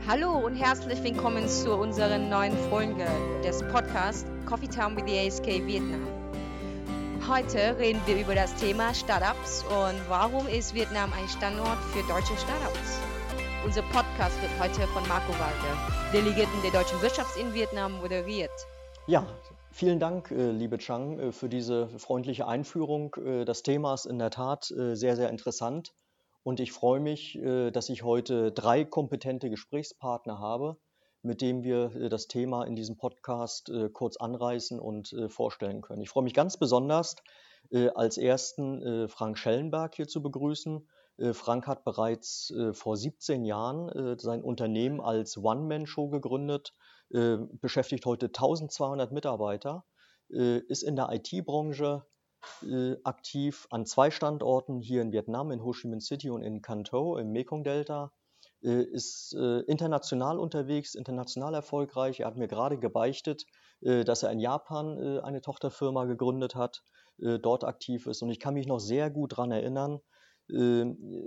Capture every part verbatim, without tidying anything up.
Hallo und herzlich willkommen zu unserer neuen Folge des Podcasts Coffee Time with the A S K Vietnam. Heute reden wir über das Thema Startups und warum ist Vietnam ein Standort für deutsche Startups. Unser Podcast wird heute von Marco Walde, Delegierten der deutschen Wirtschaft in Vietnam, moderiert. Ja, vielen Dank, äh, liebe Chang, äh, für diese freundliche Einführung. Äh, Das Thema ist in der Tat äh, sehr, sehr interessant und ich freue mich, äh, dass ich heute drei kompetente Gesprächspartner habe, mit denen wir äh, das Thema in diesem Podcast äh, kurz anreißen und äh, vorstellen können. Ich freue mich ganz besonders, äh, als ersten äh, Frank Schellenberg hier zu begrüßen. Äh, Frank hat bereits äh, vor siebzehn Jahren äh, sein Unternehmen als One-Man-Show gegründet, äh, beschäftigt heute eintausendzweihundert Mitarbeiter, äh, ist in der I T-Branche äh, aktiv an zwei Standorten, hier in Vietnam, in Ho Chi Minh City und in Can Tho im Mekong-Delta, äh, ist äh, international unterwegs, international erfolgreich. Er hat mir gerade gebeichtet, äh, dass er in Japan äh, eine Tochterfirma gegründet hat, äh, dort aktiv ist. Und ich kann mich noch sehr gut daran erinnern, äh,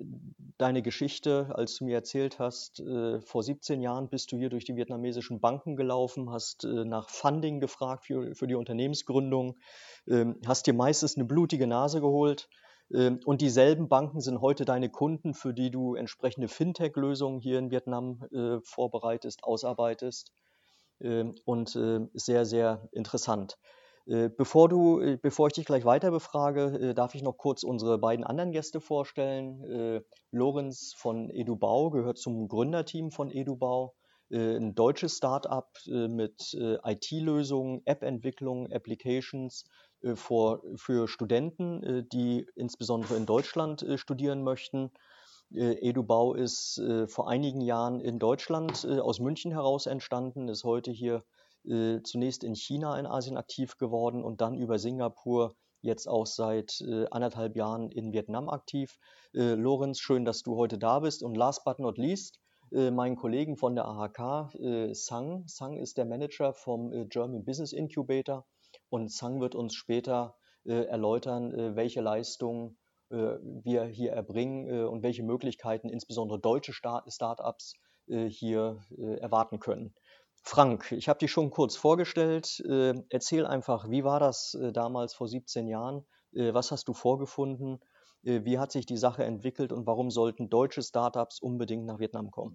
deine Geschichte, als du mir erzählt hast, äh, vor siebzehn Jahren bist du hier durch die vietnamesischen Banken gelaufen, hast äh, nach Funding gefragt für, für die Unternehmensgründung, ähm, hast dir meistens eine blutige Nase geholt. Ähm, und dieselben Banken sind heute deine Kunden, für die du entsprechende Fintech-Lösungen hier in Vietnam äh, vorbereitest, ausarbeitest. Ähm, und äh, sehr, sehr interessant. Äh, Bevor du, äh, bevor ich dich gleich weiter befrage, äh, darf ich noch kurz unsere beiden anderen Gäste vorstellen. Äh, Lorenz von EduBau gehört zum Gründerteam von EduBau, äh, ein deutsches Start-up äh, mit äh, I T-Lösungen, App-Entwicklung, Applications äh, vor, für Studenten, äh, die insbesondere in Deutschland äh, studieren möchten. Äh, EduBau ist äh, vor einigen Jahren in Deutschland äh, aus München heraus entstanden, ist heute hier äh, zunächst in China in Asien aktiv geworden und dann über Singapur jetzt auch seit äh, anderthalb Jahren in Vietnam aktiv. Äh, Lorenz, schön, dass du heute da bist. Und last but not least, äh, meinen Kollegen von der A H K, äh, Sang. Sang ist der Manager vom äh, German Business Incubator und Sang wird uns später äh, erläutern, äh, welche Leistungen äh, wir hier erbringen äh, und welche Möglichkeiten insbesondere deutsche Start Startups äh, hier äh, erwarten können. Frank, ich habe dich schon kurz vorgestellt. Äh, erzähl einfach, wie war das äh, damals vor siebzehn Jahren? Äh, was hast du vorgefunden? Äh, wie hat sich die Sache entwickelt und warum sollten deutsche Startups unbedingt nach Vietnam kommen?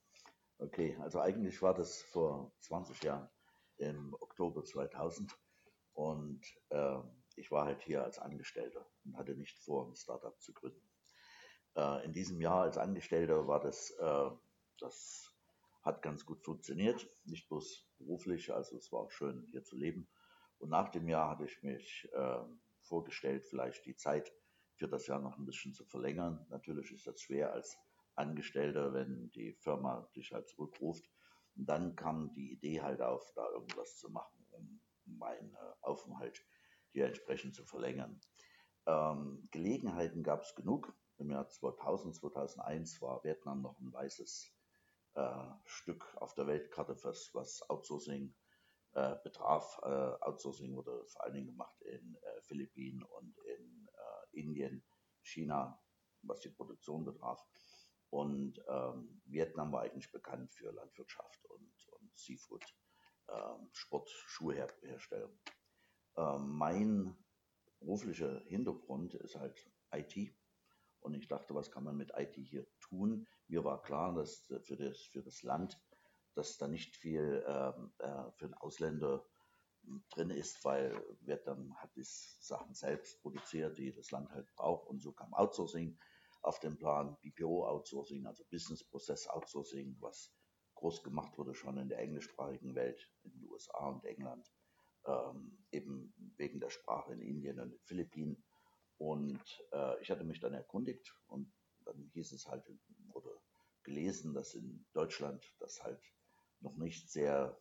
Okay, also eigentlich war das vor zwanzig Jahren im Oktober zweitausend und äh, ich war halt hier als Angestellter und hatte nicht vor, ein Startup zu gründen. Äh, in diesem Jahr als Angestellter war das, äh, das hat ganz gut funktioniert, nicht bloß beruflich, also es war schön hier zu leben. Und nach dem Jahr hatte ich mich äh, vorgestellt, vielleicht die Zeit für das Jahr noch ein bisschen zu verlängern. Natürlich ist das schwer als Angestellter, wenn die Firma dich halt zurückruft. Und dann kam die Idee halt auf, da irgendwas zu machen, um meinen äh, Aufenthalt hier entsprechend zu verlängern. Ähm, Gelegenheiten gab es genug. Im Jahr zweitausend, zweitausendeins war Vietnam noch ein weißes äh, Stück auf der Weltkarte, was, was Outsourcing äh, betraf. Äh, Outsourcing wurde vor allen Dingen gemacht in äh, Philippinen und in äh, Indien, China, was die Produktion betraf. Und ähm, Vietnam war eigentlich bekannt für Landwirtschaft und, und Seafood, ähm, Sport, Schuhherstellung. Ähm, mein beruflicher Hintergrund ist halt I T. Und ich dachte, was kann man mit I T hier tun? Mir war klar, dass für das, für das Land, dass da nicht viel ähm, äh, für einen Ausländer drin ist, weil Vietnam hat die Sachen selbst produziert, die das Land halt braucht. Und so kam Outsourcing auf den Plan, B P O-Outsourcing, also Business Process Outsourcing, was groß gemacht wurde schon in der englischsprachigen Welt, in den U S A und England, ähm, eben wegen der Sprache in Indien und den Philippinen. Und äh, ich hatte mich dann erkundigt und dann hieß es halt, oder gelesen, dass in Deutschland das halt noch nicht sehr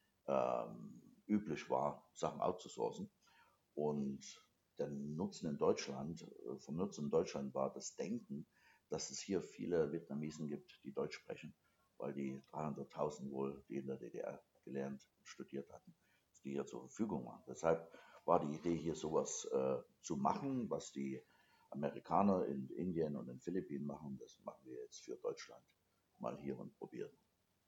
ähm, üblich war, Sachen outzusourcen. Und der Nutzen in Deutschland, äh, vom Nutzen in Deutschland war das Denken, dass es hier viele Vietnamesen gibt, die Deutsch sprechen, weil die dreihunderttausend wohl, die in der D D R gelernt und studiert hatten, die hier zur Verfügung waren. Deshalb war die Idee, hier sowas äh, zu machen, was die Amerikaner in Indien und den Philippinen machen, das machen wir jetzt für Deutschland mal hier und probieren.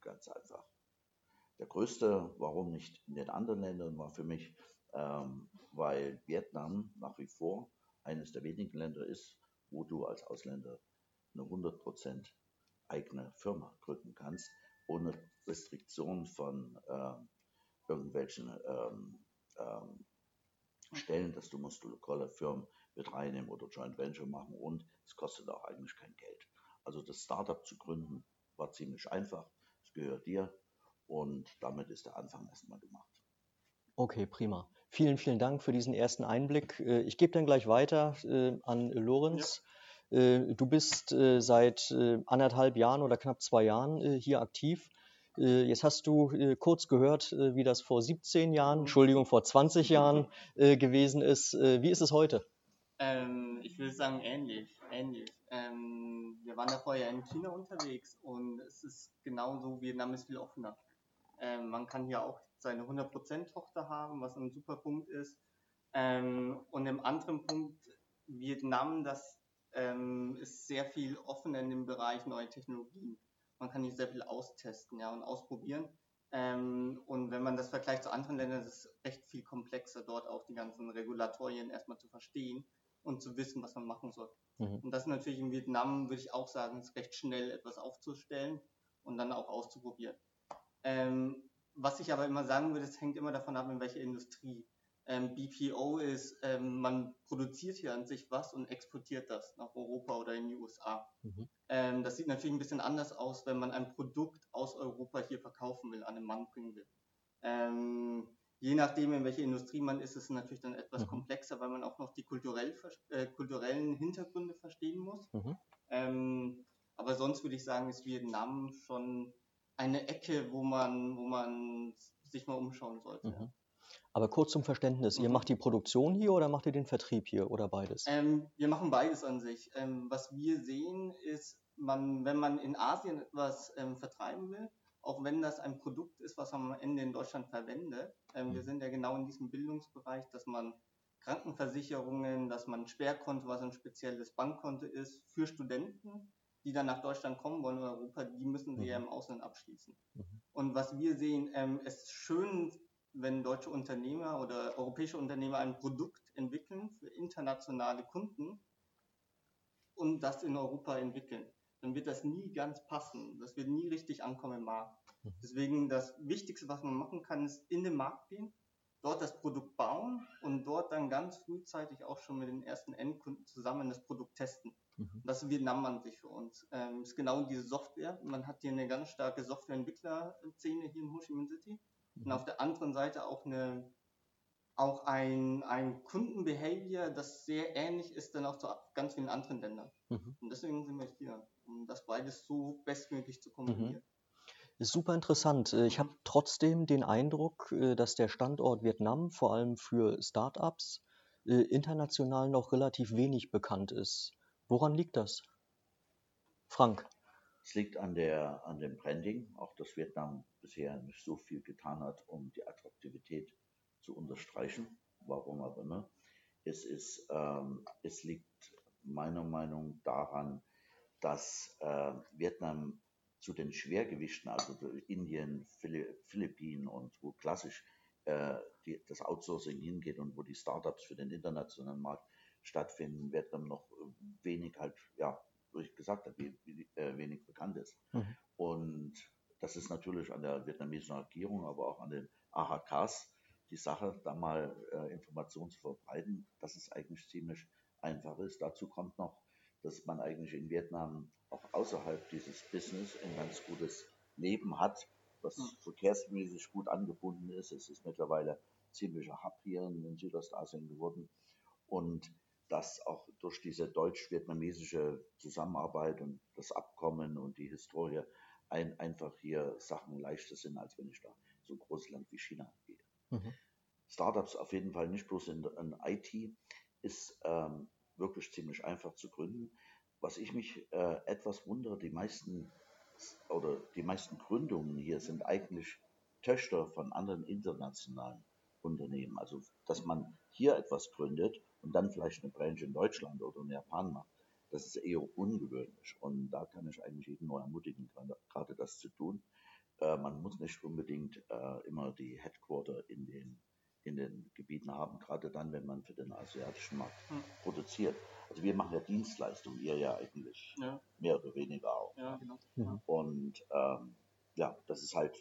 ganz einfach. Der größte, warum nicht in den anderen Ländern, war für mich, ähm, weil Vietnam nach wie vor eines der wenigen Länder ist, wo du als Ausländer eine hundert Prozent eigene Firma gründen kannst, ohne Restriktion von äh, irgendwelchen ähm, ähm, Stellen, dass du musst lokale Firmen mit reinnehmen oder Joint Venture machen, und es kostet auch eigentlich kein Geld. Also das Startup zu gründen war ziemlich einfach, es gehört dir, und damit ist der Anfang erstmal gemacht. Okay, prima. Vielen, vielen Dank für diesen ersten Einblick. Äh, Ich gebe dann gleich weiter äh, an Lorenz. Äh, Du bist äh, seit äh, anderthalb Jahren oder knapp zwei Jahren äh, hier aktiv. Äh, Jetzt hast du äh, kurz gehört, äh, wie das vor siebzehn Jahren, Entschuldigung, vor zwanzig Jahren äh, gewesen ist. Äh, Wie ist es heute? Ähm, ich würde sagen ähnlich, ähnlich. Ähm, wir waren da vorher in China unterwegs und es ist genauso, Vietnam ist viel offener. Ähm, man kann hier auch seine hundert Prozent Tochter haben, was ein super Punkt ist. Ähm, und im anderen Punkt, Vietnam, das ähm, ist sehr viel offener in dem Bereich neue Technologien. Man kann hier sehr viel austesten, ja, und ausprobieren. Ähm, und wenn man das vergleicht zu anderen Ländern, ist es recht viel komplexer, dort auch die ganzen Regulatorien erstmal zu verstehen und zu wissen, was man machen soll. Mhm. Und das ist natürlich in Vietnam, würde ich auch sagen, ist recht schnell etwas aufzustellen und dann auch auszuprobieren. Ähm, was ich aber immer sagen würde, es hängt immer davon ab, in welcher Industrie. Ähm, B P O ist, ähm, man produziert hier an sich was und exportiert das nach Europa oder in die U S A. Mhm. Ähm, das sieht natürlich ein bisschen anders aus, wenn man ein Produkt aus Europa hier verkaufen will, an den Mann bringen will. Ähm, je nachdem, in welcher Industrie man ist, ist es natürlich dann etwas Mhm. komplexer, weil man auch noch die kulturell, äh, kulturellen Hintergründe verstehen muss. Mhm. Ähm, aber sonst würde ich sagen, ist Vietnam schon eine Ecke, wo man, wo man sich mal umschauen sollte. Mhm. Aber kurz zum Verständnis, ihr Mhm. macht die Produktion hier oder macht ihr den Vertrieb hier oder beides? Ähm, wir machen beides an sich. Ähm, was wir sehen ist, man, wenn man in Asien etwas ähm, vertreiben will, auch wenn das ein Produkt ist, was man am Ende in Deutschland verwendet, ähm, wir Mhm. sind ja genau in diesem Bildungsbereich, dass man Krankenversicherungen, dass man ein Sperrkonto, was ein spezielles Bankkonto ist, für Studenten, die dann nach Deutschland kommen wollen oder Europa, die müssen sie ja Mhm. im Ausland abschließen. Mhm. Und was wir sehen, ähm, es ist schön, wenn deutsche Unternehmer oder europäische Unternehmer ein Produkt entwickeln für internationale Kunden und das in Europa entwickeln. Dann wird das nie ganz passen. Das wird nie richtig ankommen im Markt. Mhm. Deswegen das Wichtigste, was man machen kann, ist in den Markt gehen, dort das Produkt bauen und dort dann ganz frühzeitig auch schon mit den ersten Endkunden zusammen das Produkt testen. Mhm. Das ist Vietnam an sich für uns. Ähm, ist genau diese Software. Man hat hier eine ganz starke Softwareentwicklerszene hier in Ho Chi Minh City. Und auf der anderen Seite auch eine auch ein, ein Kundenbehavior, das sehr ähnlich ist dann auch zu ganz vielen anderen Ländern. Mhm. Und deswegen sind wir hier, um das beides so bestmöglich zu kombinieren. Ist super interessant. Äh, Ich habe trotzdem den Eindruck, äh, dass der Standort Vietnam vor allem für Startups äh, international noch relativ wenig bekannt ist. Woran liegt das? Frank? Es liegt an, der, an dem Branding, auch dass Vietnam bisher nicht so viel getan hat, um die Attraktivität zu unterstreichen. Warum aber, ne? Es, ist, ähm, es liegt meiner Meinung nach daran, dass äh, Vietnam zu den Schwergewichten, also Indien, Philippinen und wo klassisch äh, die, das Outsourcing hingeht und wo die Startups für den internationalen Markt stattfinden, Vietnam noch wenig halt, ja, wie ich gesagt habe, wenig bekannt ist. Mhm. Und das ist natürlich an der vietnamesischen Regierung, aber auch an den A H Ks die Sache, da mal äh, Informationen zu verbreiten, dass es eigentlich ziemlich einfach ist. Dazu kommt noch, dass man eigentlich in Vietnam auch außerhalb dieses Business ein ganz gutes Leben hat, was Mhm. verkehrsmäßig gut angebunden ist. Es ist mittlerweile ziemlicher Hub hier in Südostasien geworden. Und dass auch durch diese deutsch-vietnamesische Zusammenarbeit und das Abkommen und die Historie ein, einfach hier Sachen leichter sind, als wenn ich da so ein großes Land wie China gehe. Mhm. Startups auf jeden Fall nicht bloß in, in I T ist ähm, wirklich ziemlich einfach zu gründen. Was ich mich äh, etwas wundere, die meisten oder die meisten Gründungen hier sind eigentlich Töchter von anderen internationalen Unternehmen. Also dass man hier etwas gründet und dann vielleicht eine Branche in Deutschland oder in Japan macht, das ist eher ungewöhnlich. Und da kann ich eigentlich jeden nur ermutigen, gerade, gerade das zu tun. äh, man muss nicht unbedingt äh, immer die Headquarter in den, in den Gebieten haben, gerade dann, wenn man für den asiatischen Markt hm. produziert. Also wir machen ja Dienstleistungen, ihr ja eigentlich ja. mehr oder weniger auch. Ja, genau. Mhm. Und ähm, ja, das ist halt,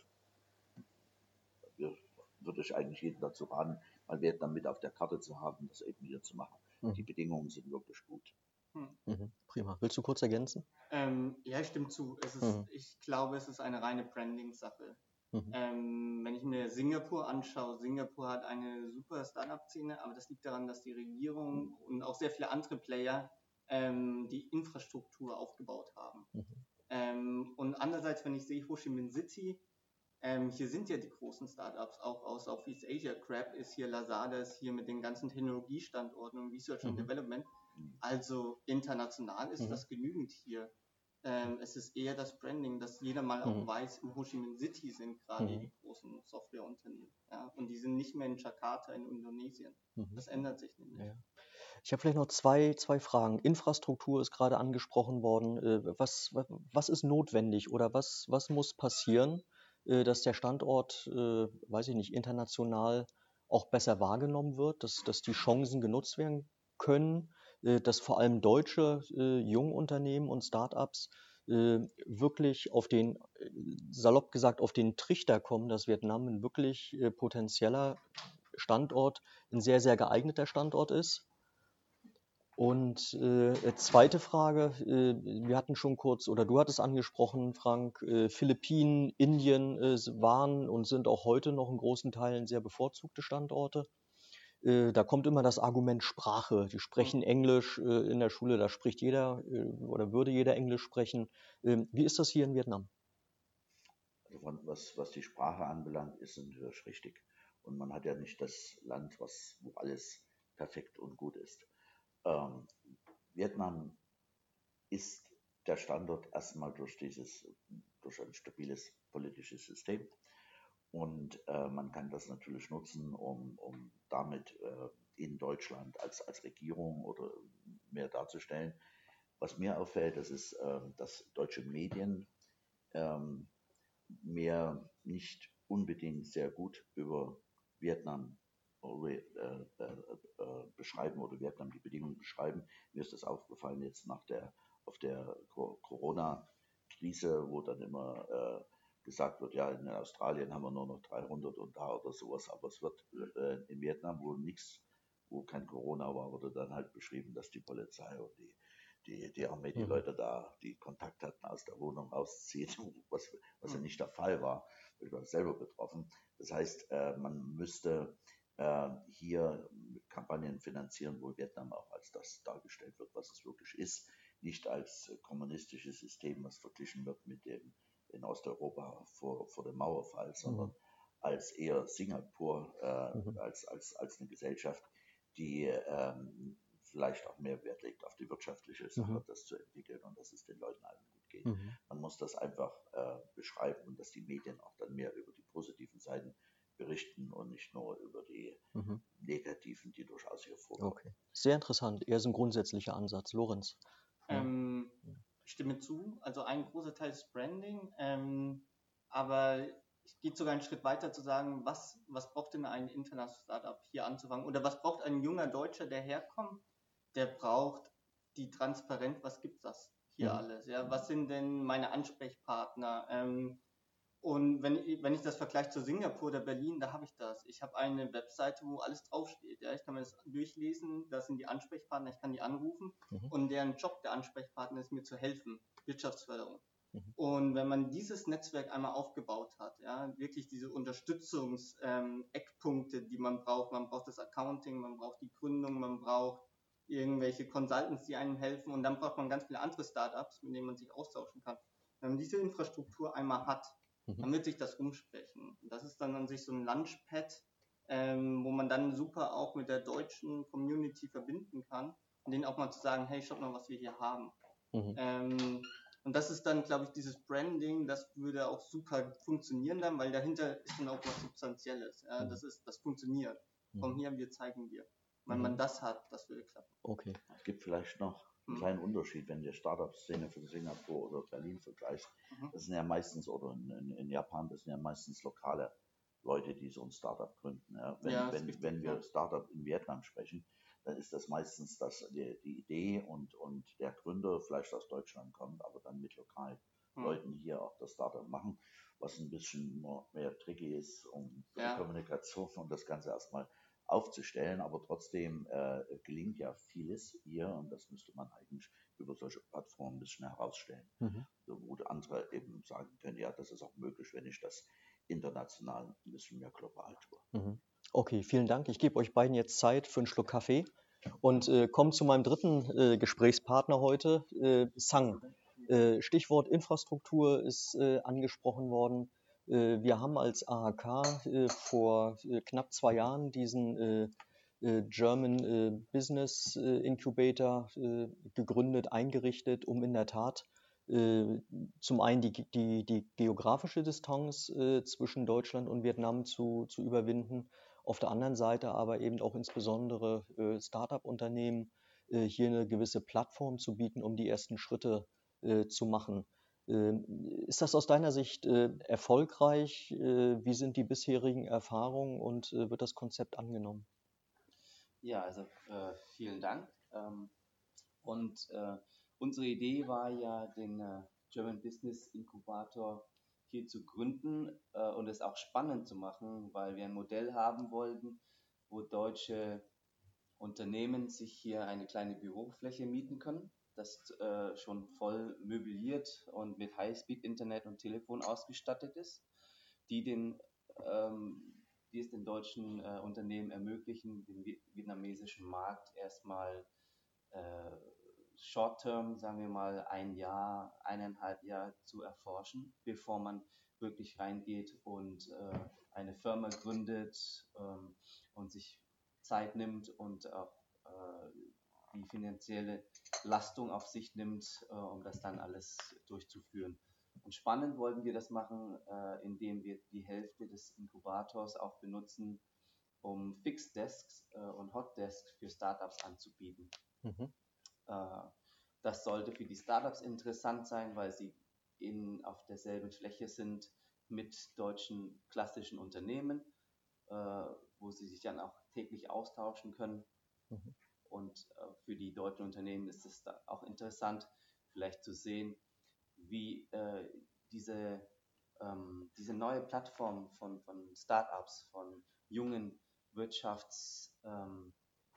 wir, würde ich eigentlich jeden dazu raten, mal Vietnam mit auf der Karte zu haben, das eben hier zu machen. Mhm. Die Bedingungen sind wirklich gut. Mhm. Prima. Willst du kurz ergänzen? Ähm, ja, ich stimme zu. Es ist, mhm. Ich glaube, es ist eine reine Branding-Sache. Mhm. Ähm, wenn ich mir Singapur anschaue, Singapur hat eine super Startup-Szene, aber das liegt daran, dass die Regierung und auch sehr viele andere Player ähm, die Infrastruktur aufgebaut haben. Mhm. Ähm, und andererseits, wenn ich sehe Ho Chi Minh City, ähm, hier sind ja die großen Startups, auch aus Southeast Asia. Grab ist hier, Lazada ist hier mit den ganzen Technologiestandorten und Research mhm. and Development. Also international ist mhm. das genügend hier. Ähm, es ist eher das Branding, dass jeder mal auch mhm. weiß, in Ho Chi Minh City sind gerade mhm. die großen Softwareunternehmen. Ja? Und die sind nicht mehr in Jakarta in Indonesien. Mhm. Das ändert sich nämlich. Ja. Ich habe vielleicht noch zwei, zwei Fragen. Infrastruktur ist gerade angesprochen worden. Was, was ist notwendig oder was, was muss passieren, dass der Standort, weiß ich nicht, international auch besser wahrgenommen wird, dass, dass die Chancen genutzt werden können, dass vor allem deutsche Jungunternehmen und Startups wirklich auf den, salopp gesagt, auf den Trichter kommen, dass Vietnam ein wirklich potenzieller Standort, ein sehr, sehr geeigneter Standort ist? Und äh, zweite Frage, äh, wir hatten schon kurz, oder du hattest angesprochen, Frank, äh, Philippinen, Indien äh, waren und sind auch heute noch in großen Teilen sehr bevorzugte Standorte. Äh, da kommt immer das Argument Sprache. Die sprechen Englisch äh, in der Schule, da spricht jeder äh, oder würde jeder Englisch sprechen. Äh, wie ist das hier in Vietnam? Also von, was, was die Sprache anbelangt, ist es natürlich richtig. Und man hat ja nicht das Land, was, wo alles perfekt und gut ist. Ähm, Vietnam ist der Standort erstmal durch dieses, durch ein stabiles politisches System. Und äh, man kann das natürlich nutzen, um, um damit äh, in Deutschland als, als Regierung oder mehr darzustellen. Was mir auffällt, das ist, äh, dass deutsche Medien äh, mehr nicht unbedingt sehr gut über Vietnam Äh, äh, äh, beschreiben oder Vietnam die Bedingungen beschreiben. Mir ist das aufgefallen jetzt nach der, auf der Corona-Krise, wo dann immer äh, gesagt wird, ja, in Australien haben wir nur noch dreihundert und da oder sowas, aber es wird äh, in Vietnam, wo nichts, wo kein Corona war, wurde dann halt beschrieben, dass die Polizei und die, die, die Armee, die mhm. Leute da, die Kontakt hatten, aus der Wohnung rausziehen, was, was ja nicht der Fall war. Ich war selber betroffen. Das heißt, äh, man müsste hier Kampagnen finanzieren, wo Vietnam auch als das dargestellt wird, was es wirklich ist, nicht als kommunistisches System, was verglichen wird mit dem in Osteuropa vor, vor dem Mauerfall, sondern mhm. als eher Singapur, äh, mhm. als, als, als eine Gesellschaft, die ähm, vielleicht auch mehr Wert legt auf die wirtschaftliche Sache, mhm. das zu entwickeln und dass es den Leuten allen gut geht. Mhm. Man muss das einfach äh, beschreiben und dass die Medien auch dann mehr über die positiven Seiten berichten und nicht nur über die mhm. negativen, die durchaus hier vorkommen. Okay. Sehr interessant. Eher so ein grundsätzlicher Ansatz. Lorenz? Ähm, ich stimme zu. Also ein großer Teil ist Branding, ähm, aber ich gehe sogar einen Schritt weiter zu sagen, was, was braucht denn ein internationales Startup hier anzufangen? Oder was braucht ein junger Deutscher, der herkommt? Der braucht die Transparenz, was gibt das hier mhm. alles? Ja? Was sind denn meine Ansprechpartner? Ähm, Und wenn ich, wenn ich das vergleiche zu Singapur oder Berlin, da habe ich das. Ich habe eine Webseite, wo alles draufsteht. Ja? Ich kann mir das durchlesen, da sind die Ansprechpartner, ich kann die anrufen mhm. und deren Job der Ansprechpartner ist mir zu helfen, Wirtschaftsförderung. Mhm. Und wenn man dieses Netzwerk einmal aufgebaut hat, ja, wirklich diese Unterstützungs-Eckpunkte, ähm, die man braucht, man braucht das Accounting, man braucht die Gründung, man braucht irgendwelche Consultants, die einem helfen und dann braucht man ganz viele andere Startups, mit denen man sich austauschen kann. Wenn man diese Infrastruktur einmal hat, dann wird sich das umsprechen. Das ist dann an sich so ein Launchpad, ähm, wo man dann super auch mit der deutschen Community verbinden kann und denen auch mal zu sagen, hey, schaut mal, was wir hier haben. Mhm. Ähm, und das ist dann, glaube ich, dieses Branding, das würde auch super funktionieren dann, weil dahinter ist dann auch was Substanzielles. Ja? Das ist, das funktioniert. Mhm. Komm hier, wir zeigen dir. Wenn mhm. man das hat, das würde klappen. Okay. Es gibt vielleicht noch einen kleinen Unterschied, wenn du die Startup-Szene für Singapur oder Berlin vergleichst. Mhm. Das sind ja meistens, oder in, in, in Japan, das sind ja meistens lokale Leute, die so ein Startup gründen. Ja. Wenn, Ja, ist wenn, richtig, wenn wir ja. Startup in Vietnam sprechen, dann ist das meistens, dass die, die Idee und, und der Gründer vielleicht aus Deutschland kommt, aber dann mit lokalen Mhm. Leuten hier auch das Startup machen, was ein bisschen more, mehr tricky ist, um Ja. die Kommunikation und das Ganze erstmal aufzustellen, aber trotzdem äh, gelingt ja vieles hier und das müsste man eigentlich über solche Plattformen ein bisschen herausstellen, Mhm. so, wo die andere eben sagen können, ja, das ist auch möglich, wenn ich das international ein bisschen mehr global tue. Mhm. Okay, vielen Dank. Ich gebe euch beiden jetzt Zeit für einen Schluck Kaffee und äh, komme zu meinem dritten äh, Gesprächspartner heute, äh, Sang. Äh, Stichwort Infrastruktur ist äh, angesprochen worden. Äh, wir haben als A H K äh, vor äh, knapp zwei Jahren diesen äh, äh, German äh, Business äh, Incubator äh, gegründet, eingerichtet, um in der Tat äh, zum einen die, die, die geografische Distanz äh, zwischen Deutschland und Vietnam zu, zu überwinden, auf der anderen Seite aber eben auch insbesondere äh, Start-up-Unternehmen äh, hier eine gewisse Plattform zu bieten, um die ersten Schritte äh, zu machen. Ähm, ist das aus deiner Sicht äh, erfolgreich? Äh, wie sind die bisherigen Erfahrungen und äh, wird das Konzept angenommen? Ja, also äh, vielen Dank. Ähm, und äh, unsere Idee war ja, den äh, German Business Inkubator hier zu gründen äh, und es auch spannend zu machen, weil wir ein Modell haben wollten, wo deutsche Unternehmen sich hier eine kleine Bürofläche mieten können, das äh, schon voll möbliert und mit Highspeed-Internet und Telefon ausgestattet ist, die den ähm, die es den deutschen äh, Unternehmen ermöglichen, den vietnamesischen Markt erstmal äh, short-term, sagen wir mal ein Jahr, eineinhalb Jahre zu erforschen, bevor man wirklich reingeht und äh, eine Firma gründet ähm, und sich Zeit nimmt und auch äh, die finanzielle Lastung auf sich nimmt, äh, um das dann alles durchzuführen. Und spannend wollten wir das machen, äh, indem wir die Hälfte des Inkubators auch benutzen, um Fixed Desks äh, und Hot Desks für Startups anzubieten. Mhm. Äh, das sollte für die Startups interessant sein, weil sie in, auf derselben Fläche sind mit deutschen klassischen Unternehmen, äh, wo sie sich dann auch täglich austauschen können. Mhm. Und äh, für die deutschen Unternehmen ist es da auch interessant, vielleicht zu sehen, wie äh, diese, ähm, diese neue Plattform von, von Startups, von jungen Wirtschaftselementen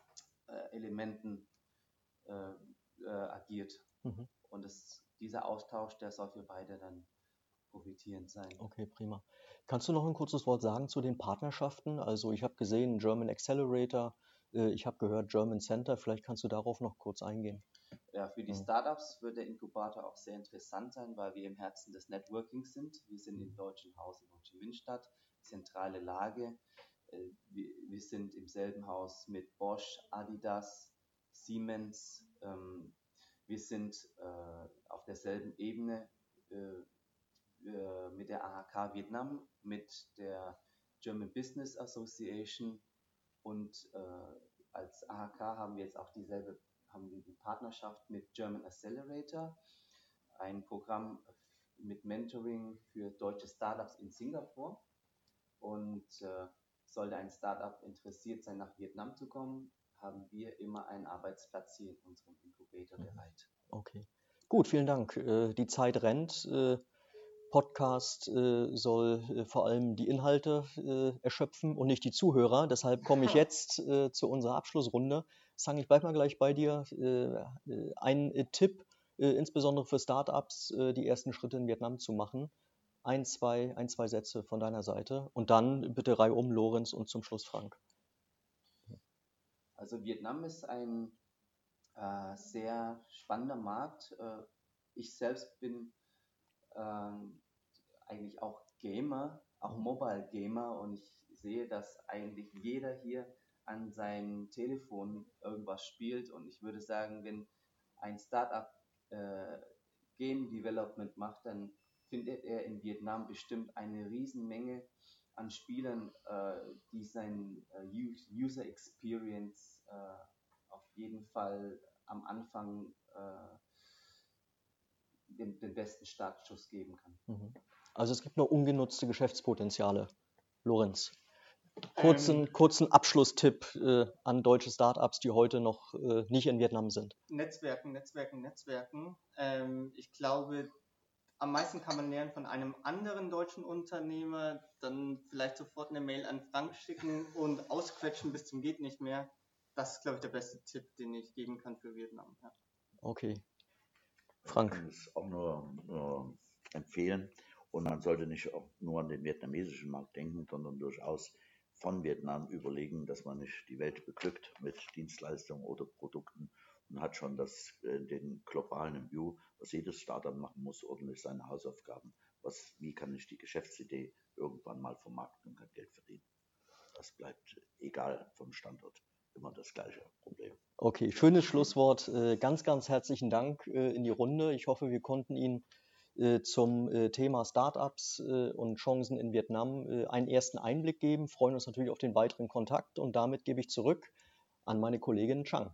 äh, äh, agiert. Mhm. Und es, dieser Austausch, der soll für beide dann profitierend sein. Okay, prima. Kannst du noch ein kurzes Wort sagen zu den Partnerschaften? Also ich habe gesehen German Accelerator, äh, ich habe gehört German Center, vielleicht kannst du darauf noch kurz eingehen. Ja, für die Mhm. Startups wird der Inkubator auch sehr interessant sein, weil wir im Herzen des Networkings sind. Wir sind im Deutschen Haus in Ho Chi Minh Stadt, zentrale Lage. Äh, wir, wir sind im selben Haus mit Bosch, Adidas, Siemens. Ähm, wir sind äh, auf derselben Ebene äh, äh, mit der A H K Vietnam, mit der German Business Association und äh, als A H K haben wir jetzt auch dieselbe, haben wir die Partnerschaft mit German Accelerator, ein Programm mit Mentoring für deutsche Startups in Singapur. Und äh, sollte ein Startup interessiert sein, nach Vietnam zu kommen, haben wir immer einen Arbeitsplatz hier in unserem Inkubator bereit. Okay, gut, vielen Dank. Äh, Die Zeit rennt. Äh, Podcast äh, soll äh, vor allem die Inhalte äh, erschöpfen und nicht die Zuhörer. Deshalb komme ich jetzt äh, zu unserer Abschlussrunde. Sang, ich bleibe mal gleich bei dir. Äh, äh, ein äh, Tipp, äh, insbesondere für Startups, äh, die ersten Schritte in Vietnam zu machen. Ein, zwei, ein, zwei Sätze von deiner Seite. Und dann bitte reihum Lorenz und zum Schluss Frank. Also Vietnam ist ein äh, sehr spannender Markt. Äh, ich selbst bin ähm, eigentlich auch Gamer, auch Mobile Gamer, und ich sehe, dass eigentlich jeder hier an seinem Telefon irgendwas spielt, und ich würde sagen, wenn ein Startup äh, Game Development macht, dann findet er in Vietnam bestimmt eine Riesenmenge an Spielern, äh, die sein äh, User Experience äh, auf jeden Fall am Anfang äh, den, den besten Startschuss geben kann. Mhm. Also es gibt noch ungenutzte Geschäftspotenziale. Lorenz, kurzen, ähm, kurzen Abschlusstipp äh, an deutsche Startups, die heute noch äh, nicht in Vietnam sind. Netzwerken, Netzwerken, Netzwerken. Ähm, ich glaube, am meisten kann man lernen von einem anderen deutschen Unternehmer, dann vielleicht sofort eine Mail an Frank schicken und ausquetschen bis zum geht nicht mehr. Das ist, glaube ich, der beste Tipp, den ich geben kann für Vietnam. Ja. Okay. Frank. Ich kann es auch nur, nur empfehlen. Und man sollte nicht auch nur an den vietnamesischen Markt denken, sondern durchaus von Vietnam überlegen, dass man nicht die Welt beglückt mit Dienstleistungen oder Produkten und hat schon das, äh, den globalen View, was jedes Startup machen muss, ordentlich seine Hausaufgaben. Was, wie kann ich die Geschäftsidee irgendwann mal vermarkten und kann Geld verdienen? Das bleibt egal vom Standort. Immer das gleiche Problem. Okay, schönes Schlusswort. Ganz, ganz herzlichen Dank in die Runde. Ich hoffe, wir konnten Ihnen zum Thema Startups und Chancen in Vietnam einen ersten Einblick geben. Wir freuen uns natürlich auf den weiteren Kontakt und damit gebe ich zurück an meine Kollegin Chang.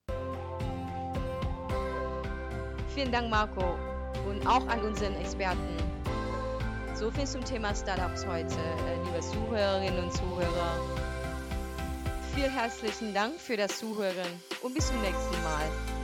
Vielen Dank, Marco, und auch an unseren Experten. So viel zum Thema Startups heute, liebe Zuhörerinnen und Zuhörer. Vielen herzlichen Dank für das Zuhören und bis zum nächsten Mal.